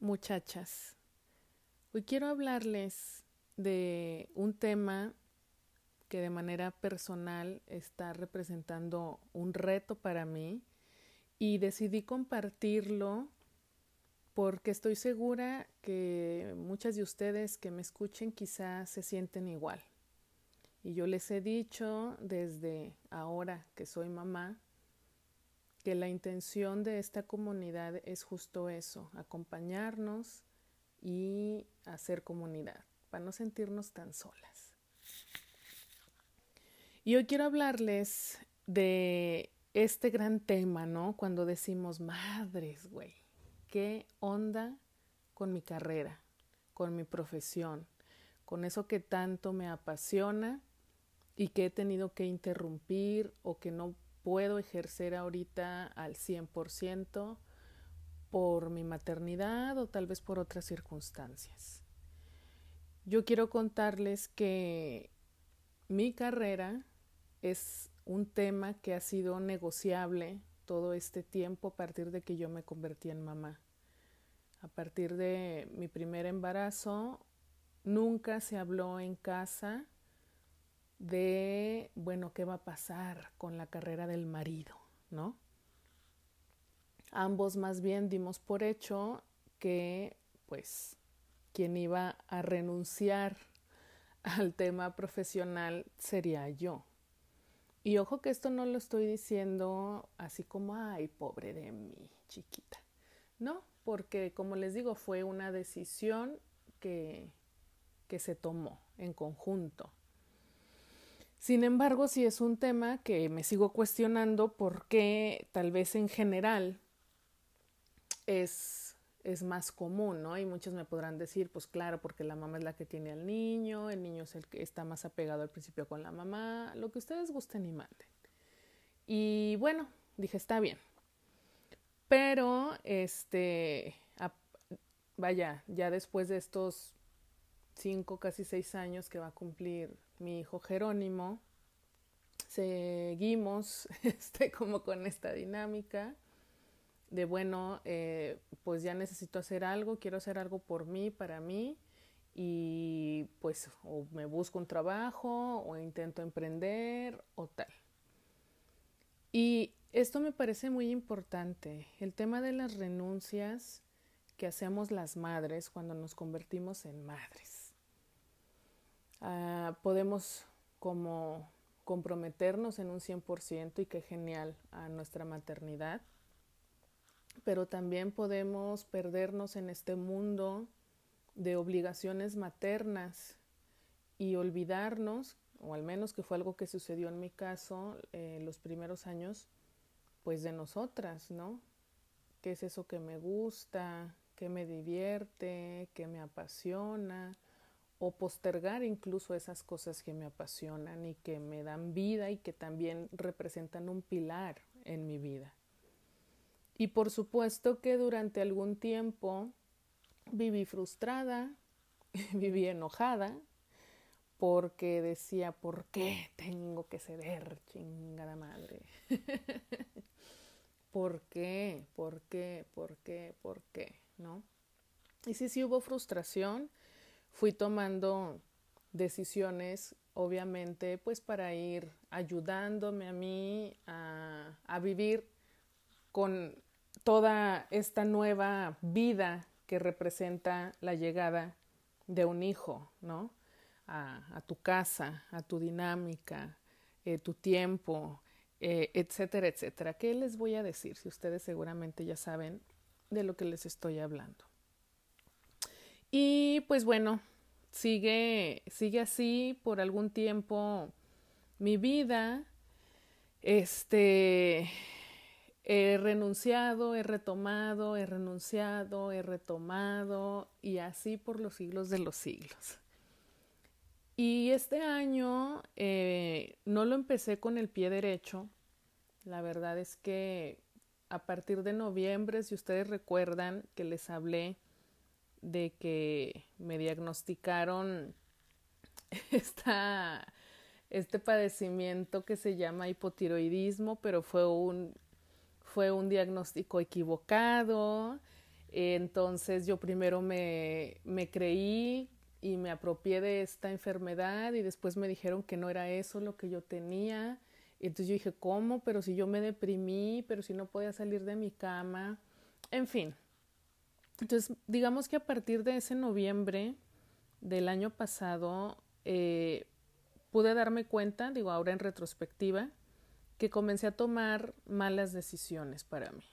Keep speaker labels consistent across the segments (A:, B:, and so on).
A: Muchachas, hoy quiero hablarles de un tema que de manera personal está representando un reto para mí y decidí compartirlo porque estoy segura que muchas de ustedes que me escuchen quizás se sienten igual. Y yo les he dicho desde ahora que soy mamá que la intención de esta comunidad es justo eso, acompañarnos y hacer comunidad, para no sentirnos tan solas. Y hoy quiero hablarles de este gran tema, ¿no? Cuando decimos, madres, güey, ¿qué onda con mi carrera, con mi profesión, con eso que tanto me apasiona y que he tenido que interrumpir o que no puedo ejercer ahorita al 100% por mi maternidad o tal vez por otras circunstancias? Yo quiero contarles que mi carrera es un tema que ha sido negociable todo este tiempo a partir de que yo me convertí en mamá. A partir de mi primer embarazo, nunca se habló en casa de, bueno, ¿qué va a pasar con la carrera del marido?, ¿no? Ambos más bien dimos por hecho que, pues, quien iba a renunciar al tema profesional sería yo. Y ojo que esto no lo estoy diciendo así como, ay, pobre de mí, chiquita. No, porque como les digo, fue una decisión que se tomó en conjunto. Sin embargo, sí es un tema que me sigo cuestionando porque tal vez en general es más común, ¿no? Y muchos me podrán decir, pues claro, porque la mamá es la que tiene al niño, el niño es el que está más apegado al principio con la mamá, lo que ustedes gusten y manden. Y bueno, dije, está bien. Pero, vaya, ya después de estos 5, casi 6 años que va a cumplir mi hijo Jerónimo, seguimos como con esta dinámica de, bueno, pues ya necesito hacer algo, quiero hacer algo por mí, para mí, y pues o me busco un trabajo o intento emprender o tal. Y esto me parece muy importante, el tema de las renuncias que hacemos las madres cuando nos convertimos en madres. Podemos como comprometernos en un 100% y qué genial a nuestra maternidad, pero también podemos perdernos en este mundo de obligaciones maternas y olvidarnos, o al menos que fue algo que sucedió en mi caso los primeros años, pues de nosotras, ¿no? ¿Qué es eso que me gusta, que me divierte, que me apasiona? O postergar incluso esas cosas que me apasionan y que me dan vida y que también representan un pilar en mi vida. Y por supuesto que durante algún tiempo viví frustrada, viví enojada, porque decía, ¿por qué tengo que ceder, chingada madre? ¿Por qué? ¿Por qué? ¿Por qué? ¿Por qué? ¿No? Y sí hubo frustración. Fui tomando decisiones, obviamente, pues para ir ayudándome a mí a vivir con toda esta nueva vida que representa la llegada de un hijo, ¿no? A tu casa, a tu dinámica, tu tiempo, etcétera, etcétera. ¿Qué les voy a decir si ustedes seguramente ya saben de lo que les estoy hablando? Y pues bueno, sigue así por algún tiempo mi vida. He renunciado, he retomado, he renunciado, he retomado y así por los siglos de los siglos. Y este año no lo empecé con el pie derecho. La verdad es que a partir de noviembre, si ustedes recuerdan que les hablé de que me diagnosticaron este padecimiento que se llama hipotiroidismo, pero fue un diagnóstico equivocado. Entonces yo primero me creí y me apropié de esta enfermedad y después me dijeron que no era eso lo que yo tenía. Y entonces yo dije, ¿cómo? Pero si yo me deprimí, pero si no podía salir de mi cama. En fin, entonces digamos que a partir de ese noviembre del año pasado pude darme cuenta, digo ahora en retrospectiva, que comencé a tomar malas decisiones para mí.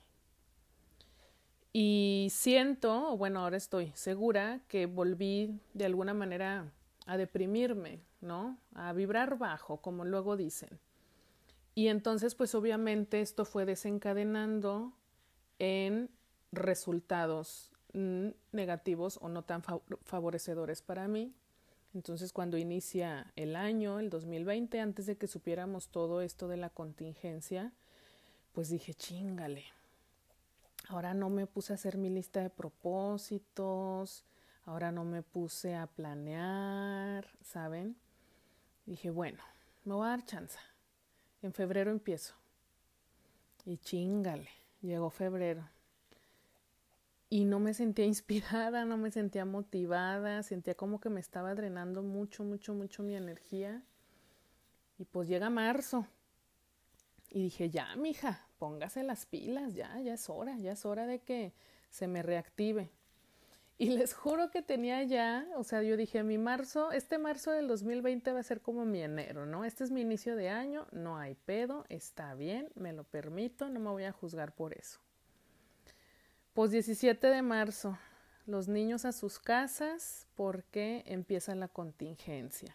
A: Y siento, o bueno, ahora estoy segura que volví de alguna manera a deprimirme, ¿no? A vibrar bajo, como luego dicen. Y entonces, pues obviamente esto fue desencadenando en resultados negativos o no tan favorecedores para mí. Entonces, cuando inicia el año, el 2020, antes de que supiéramos todo esto de la contingencia, pues dije, chíngale. Ahora no me puse a hacer mi lista de propósitos, ahora no me puse a planear, ¿saben? Dije, bueno, me voy a dar chance. En febrero empiezo. Y chíngale, llegó febrero. Y no me sentía inspirada, no me sentía motivada, sentía como que me estaba drenando mucho mi energía. Y pues llega marzo. Y dije, ya, mija, póngase las pilas, ya es hora de que se me reactive. Y les juro que tenía ya, o sea, yo dije, este marzo del 2020 va a ser como mi enero, ¿no? Este es mi inicio de año, no hay pedo, está bien, me lo permito, no me voy a juzgar por eso. Pues 17 de marzo, los niños a sus casas porque empieza la contingencia.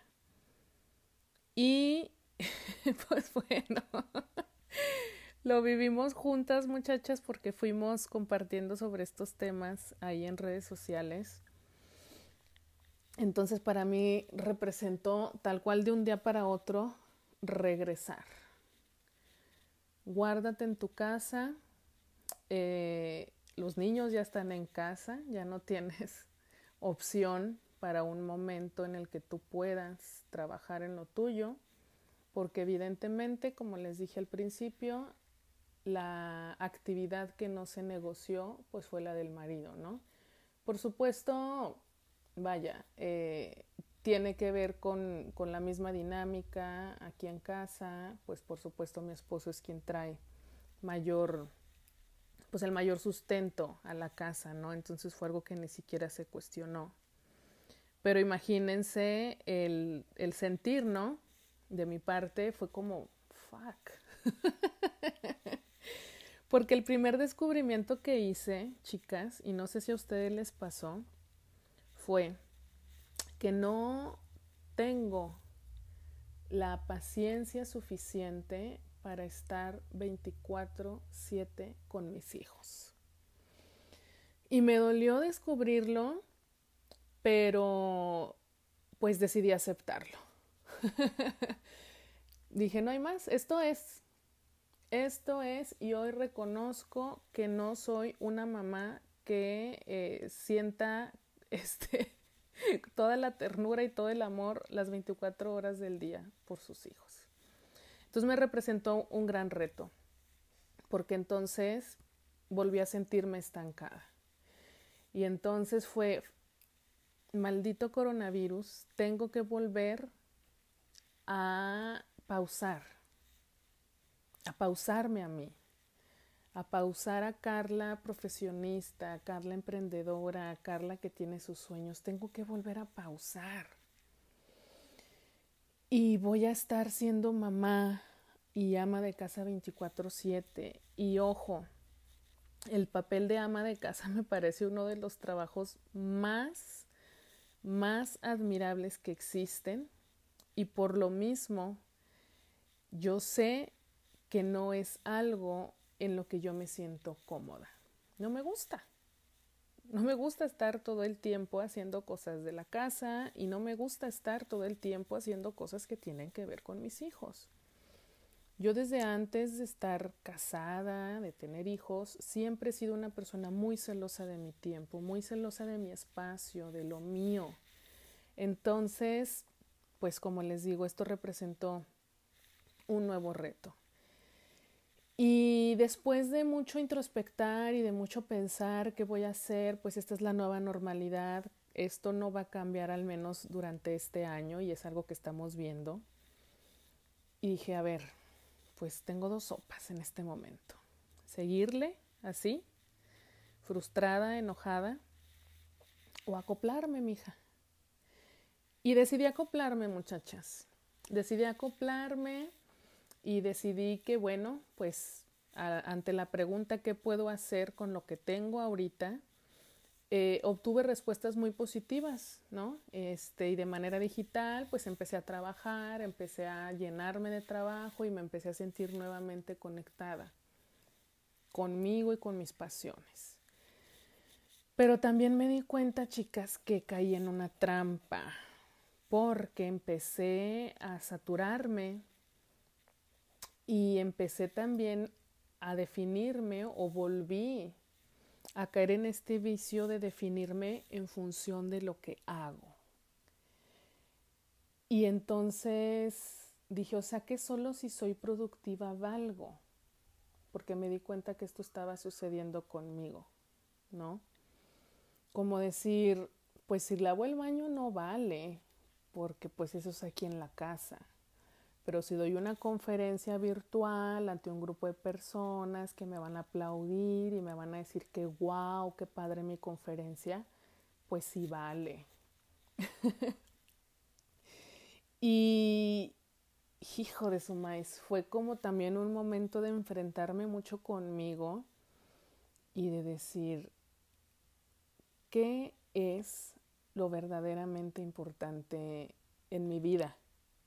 A: Y pues bueno, lo vivimos juntas, muchachas, porque fuimos compartiendo sobre estos temas ahí en redes sociales. Entonces para mí representó tal cual de un día para otro regresar. Guárdate en tu casa, los niños ya están en casa, ya no tienes opción para un momento en el que tú puedas trabajar en lo tuyo, porque evidentemente, como les dije al principio, la actividad que no se negoció pues fue la del marido, ¿no? Por supuesto, vaya, tiene que ver con la misma dinámica aquí en casa, pues por supuesto mi esposo es quien trae pues el mayor sustento a la casa, ¿no? Entonces fue algo que ni siquiera se cuestionó. Pero imagínense el sentir, ¿no? De mi parte fue como, fuck. Porque el primer descubrimiento que hice, chicas, y no sé si a ustedes les pasó, fue que no tengo la paciencia suficiente para estar 24/7 con mis hijos. Y me dolió descubrirlo, pero pues decidí aceptarlo. Dije, no hay más, esto es, y hoy reconozco que no soy una mamá que sienta toda la ternura y todo el amor las 24 horas del día por sus hijos. Entonces me representó un gran reto, porque entonces volví a sentirme estancada. Y entonces fue, maldito coronavirus, tengo que volver a pausarme a mí, a pausar a Carla profesionista, a Carla emprendedora, a Carla que tiene sus sueños. Tengo que volver a pausar. Y voy a estar siendo mamá y ama de casa 24/7. Y ojo, el papel de ama de casa me parece uno de los trabajos más admirables que existen. Y por lo mismo, yo sé que no es algo en lo que yo me siento cómoda. No me gusta. No me gusta estar todo el tiempo haciendo cosas de la casa y no me gusta estar todo el tiempo haciendo cosas que tienen que ver con mis hijos. Yo desde antes de estar casada, de tener hijos, siempre he sido una persona muy celosa de mi tiempo, muy celosa de mi espacio, de lo mío. Entonces, pues como les digo, esto representó un nuevo reto. Y después de mucho introspectar y de mucho pensar qué voy a hacer, pues esta es la nueva normalidad, esto no va a cambiar al menos durante este año y es algo que estamos viendo. Y dije, a ver, pues tengo dos sopas en este momento. Seguirle así, frustrada, enojada, o acoplarme, mija. Y decidí acoplarme, muchachas. Decidí acoplarme y decidí que, bueno, pues ante la pregunta qué puedo hacer con lo que tengo ahorita, obtuve respuestas muy positivas, ¿no? Y de manera digital, pues empecé a trabajar, empecé a llenarme de trabajo y me empecé a sentir nuevamente conectada conmigo y con mis pasiones. Pero también me di cuenta, chicas, que caí en una trampa porque empecé a saturarme y empecé también a definirme o volví a caer en este vicio de definirme en función de lo que hago. Y entonces dije, o sea que solo si soy productiva valgo, porque me di cuenta que esto estaba sucediendo conmigo, ¿no? Como decir, pues si lavo el baño no vale, porque pues eso es aquí en la casa. Pero si doy una conferencia virtual ante un grupo de personas que me van a aplaudir y me van a decir que wow, qué padre mi conferencia, pues sí vale. Y hijo de su maíz, fue como también un momento de enfrentarme mucho conmigo y de decir, ¿qué es lo verdaderamente importante en mi vida?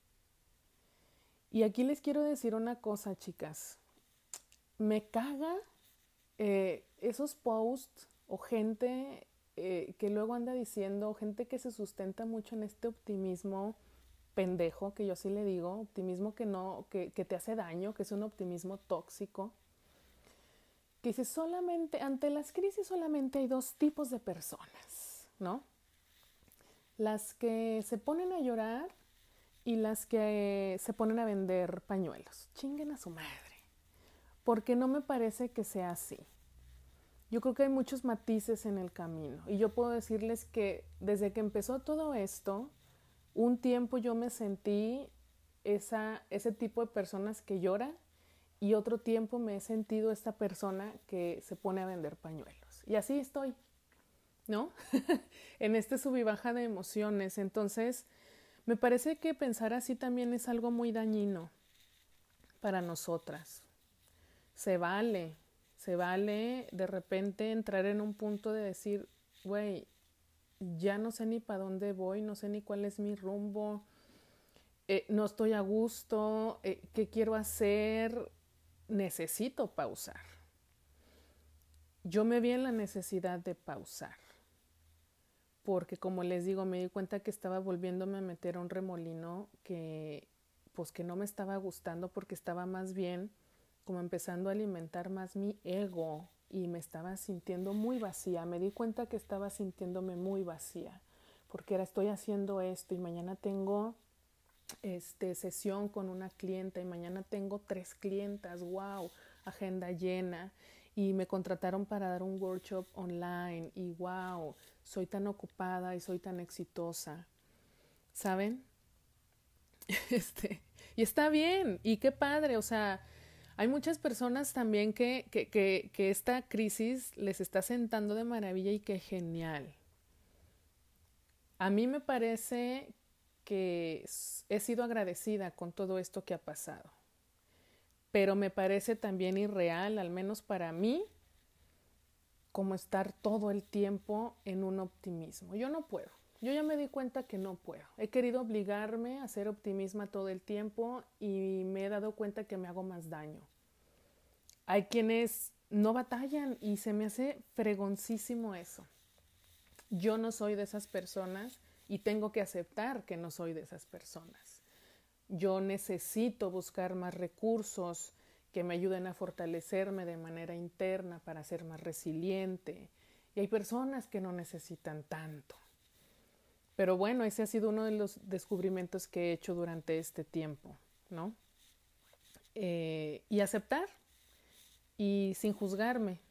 A: Y aquí les quiero decir una cosa, chicas. Me caga esos posts o gente que luego anda diciendo, gente que se sustenta mucho en este optimismo pendejo, que yo sí le digo, optimismo que no, que te hace daño, que es un optimismo tóxico, que dice solamente, ante las crisis solamente hay dos tipos de personas, ¿no? Las que se ponen a llorar y las que se ponen a vender pañuelos. Chinguen a su madre. Porque no me parece que sea así. Yo creo que hay muchos matices en el camino. Y yo puedo decirles que desde que empezó todo esto, un tiempo yo me sentí ese tipo de personas que llora y otro tiempo me he sentido esta persona que se pone a vender pañuelos. Y así estoy, ¿no? En este sub y baja de emociones. Entonces, me parece que pensar así también es algo muy dañino para nosotras. Se vale de repente entrar en un punto de decir, güey, ya no sé ni para dónde voy, no sé ni cuál es mi rumbo, no estoy a gusto, ¿qué quiero hacer? Necesito pausar. Yo me vi en la necesidad de pausar, porque como les digo, me di cuenta que estaba volviéndome a meter a un remolino que pues que no me estaba gustando porque estaba más bien como empezando a alimentar más mi ego y me estaba sintiendo muy vacía. Me di cuenta que estaba sintiéndome muy vacía porque era estoy haciendo esto y mañana tengo sesión con una clienta y mañana tengo 3 clientas, wow, agenda llena y me contrataron para dar un workshop online y wow, soy tan ocupada y soy tan exitosa, ¿saben? Y está bien y qué padre, o sea, hay muchas personas también que esta crisis les está sentando de maravilla y que genial. A mí me parece que he sido agradecida con todo esto que ha pasado, pero me parece también irreal, al menos para mí, como estar todo el tiempo en un optimismo. Yo no puedo. Yo ya me di cuenta que no puedo. He querido obligarme a ser optimista todo el tiempo y me he dado cuenta que me hago más daño. Hay quienes no batallan y se me hace fregoncísimo eso. Yo no soy de esas personas y tengo que aceptar que no soy de esas personas. Yo necesito buscar más recursos que me ayuden a fortalecerme de manera interna para ser más resiliente. Y hay personas que no necesitan tanto. Pero bueno, ese ha sido uno de los descubrimientos que he hecho durante este tiempo, ¿no? Y aceptar. y sin juzgarme.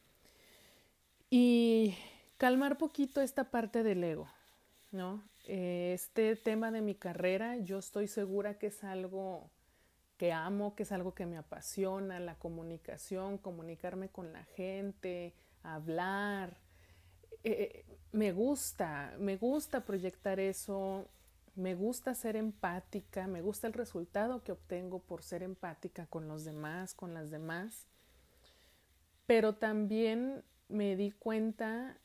A: Y calmar poquito esta parte del ego, ¿no? Este tema de mi carrera, yo estoy segura que es algo que amo, que es algo que me apasiona, la comunicación, comunicarme con la gente, hablar. Me gusta proyectar eso, me gusta ser empática, me gusta el resultado que obtengo por ser empática con los demás, con las demás, pero también me di cuenta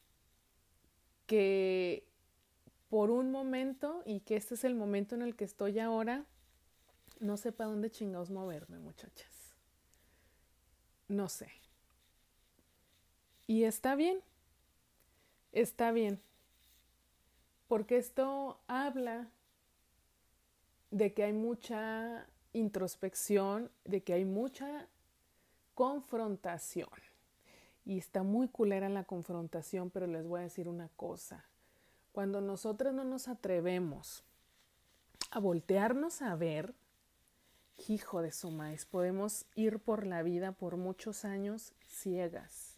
A: que por un momento, y que este es el momento en el que estoy ahora, no sé para dónde chingados moverme, muchachas. No sé. Y está bien, porque esto habla de que hay mucha introspección, de que hay mucha confrontación. Y está muy culera la confrontación, pero les voy a decir una cosa. Cuando nosotros no nos atrevemos a voltearnos a ver, hijo de su maíz, podemos ir por la vida por muchos años ciegas.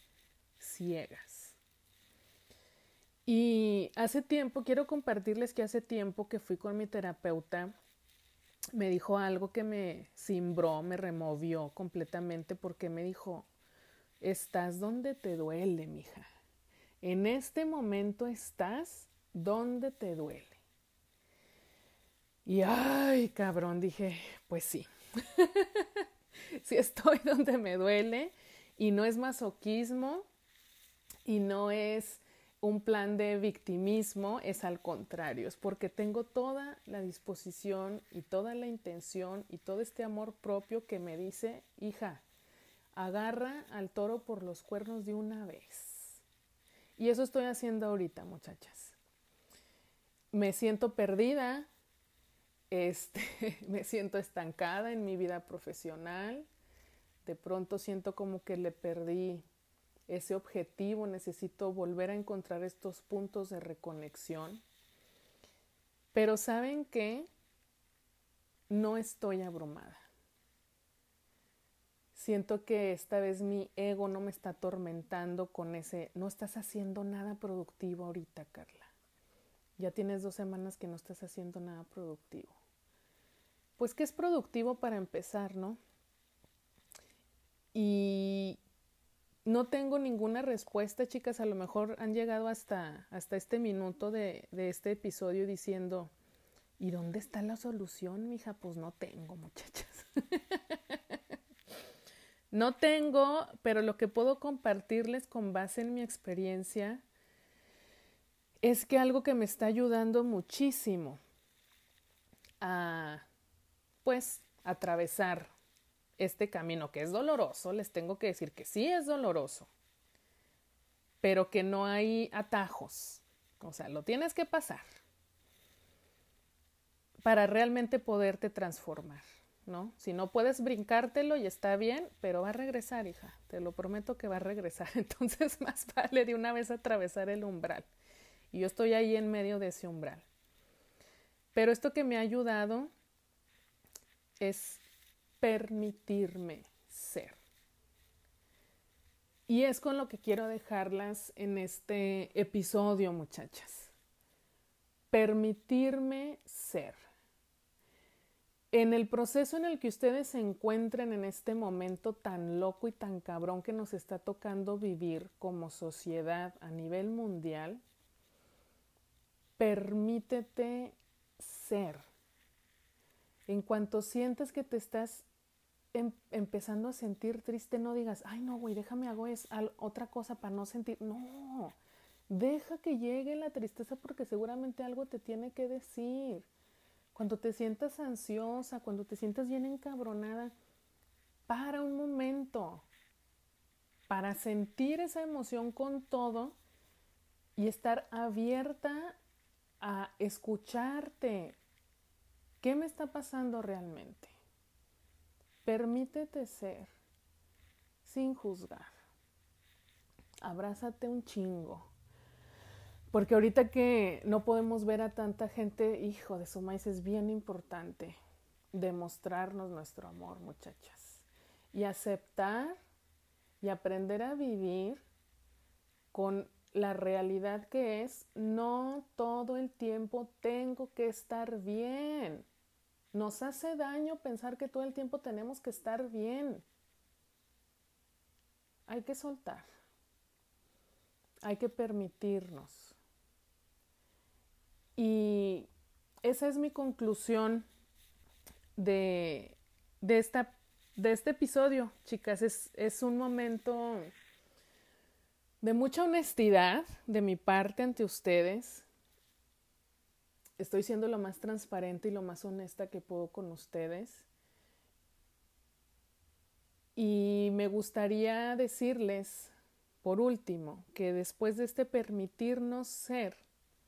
A: Y hace tiempo, quiero compartirles que hace tiempo que fui con mi terapeuta, me dijo algo que me cimbró, me removió completamente, porque me dijo, estás donde te duele, mija. En este momento estás donde te duele. Y ay, cabrón, dije, pues sí. Sí estoy donde me duele, y no es masoquismo y no es un plan de victimismo, es al contrario, es porque tengo toda la disposición y toda la intención y todo este amor propio que me dice, hija, agarra al toro por los cuernos de una vez. Y eso estoy haciendo ahorita, muchachas. Me siento perdida, me siento estancada en mi vida profesional, de pronto siento como que le perdí ese objetivo, necesito volver a encontrar estos puntos de reconexión. Pero ¿saben qué? No estoy abrumada. Siento que esta vez mi ego no me está atormentando con ese, no estás haciendo nada productivo ahorita, Carla. Ya tienes 2 semanas que no estás haciendo nada productivo. Pues que es productivo para empezar, ¿no? Y no tengo ninguna respuesta, chicas. A lo mejor han llegado hasta este minuto de este episodio diciendo, ¿y dónde está la solución, mija? Pues no tengo, muchachas. No tengo, pero lo que puedo compartirles con base en mi experiencia es que algo que me está ayudando muchísimo a, pues, atravesar este camino que es doloroso, les tengo que decir que sí es doloroso, pero que no hay atajos. O sea, lo tienes que pasar para realmente poderte transformar, ¿no? Si no puedes brincártelo y está bien, pero va a regresar, hija. Te lo prometo que va a regresar. Entonces, más vale de una vez atravesar el umbral. Y yo estoy ahí en medio de ese umbral. Pero esto que me ha ayudado es permitirme ser. Y es con lo que quiero dejarlas en este episodio, muchachas. Permitirme ser. En el proceso en el que ustedes se encuentren en este momento tan loco y tan cabrón que nos está tocando vivir como sociedad a nivel mundial, permítete ser. En cuanto sientas que te estás empezando a sentir triste, no digas, ay no, güey, déjame hago otra cosa para no sentir. No, deja que llegue la tristeza porque seguramente algo te tiene que decir. Cuando te sientas ansiosa, cuando te sientas bien encabronada, para un momento para sentir esa emoción con todo y estar abierta a escucharte. ¿Qué me está pasando realmente? Permítete ser sin juzgar. Abrázate un chingo. Porque ahorita que no podemos ver a tanta gente, hijo de su maíz, es bien importante demostrarnos nuestro amor, muchachas. Y aceptar y aprender a vivir con la realidad que es, no todo el tiempo tengo que estar bien. Nos hace daño pensar que todo el tiempo tenemos que estar bien. Hay que soltar, hay que permitirnos. Y esa es mi conclusión de, de, esta, de este episodio, chicas. Es un momento de mucha honestidad de mi parte ante ustedes. Estoy siendo lo más transparente y lo más honesta que puedo con ustedes. Y me gustaría decirles, por último, que después de este permitirnos ser,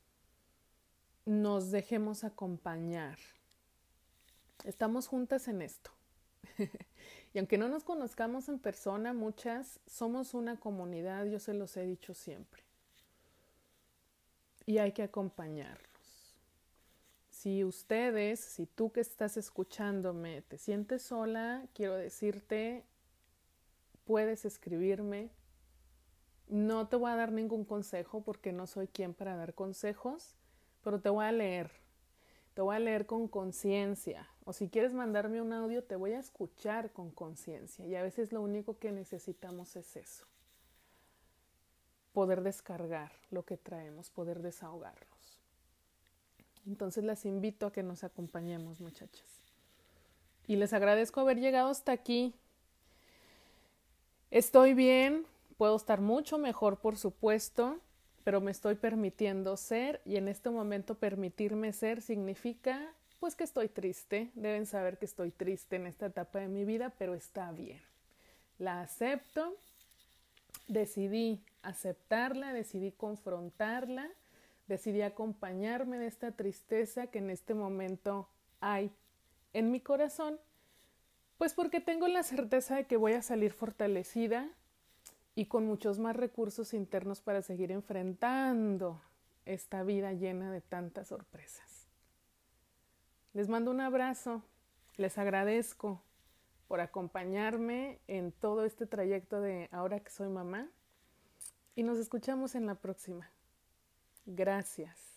A: nos dejemos acompañar. Estamos juntas en esto. Y aunque no nos conozcamos en persona, muchas, somos una comunidad, yo se los he dicho siempre. Y hay que acompañarnos. Si tú que estás escuchándome, te sientes sola, quiero decirte, puedes escribirme. No te voy a dar ningún consejo porque no soy quien para dar consejos, pero te voy a leer. Te voy a leer con conciencia. O si quieres mandarme un audio, te voy a escuchar con conciencia. Y a veces lo único que necesitamos es eso. Poder descargar lo que traemos, poder desahogarnos. Entonces las invito a que nos acompañemos, muchachas. Y les agradezco haber llegado hasta aquí. Estoy bien, puedo estar mucho mejor, por supuesto, pero me estoy permitiendo ser, y en este momento permitirme ser significa pues que estoy triste. Deben saber que estoy triste en esta etapa de mi vida, pero está bien. La acepto, decidí aceptarla, decidí confrontarla, decidí acompañarme de esta tristeza que en este momento hay en mi corazón, pues porque tengo la certeza de que voy a salir fortalecida y con muchos más recursos internos para seguir enfrentando esta vida llena de tantas sorpresas. Les mando un abrazo, les agradezco por acompañarme en todo este trayecto de ahora que soy mamá y nos escuchamos en la próxima. Gracias.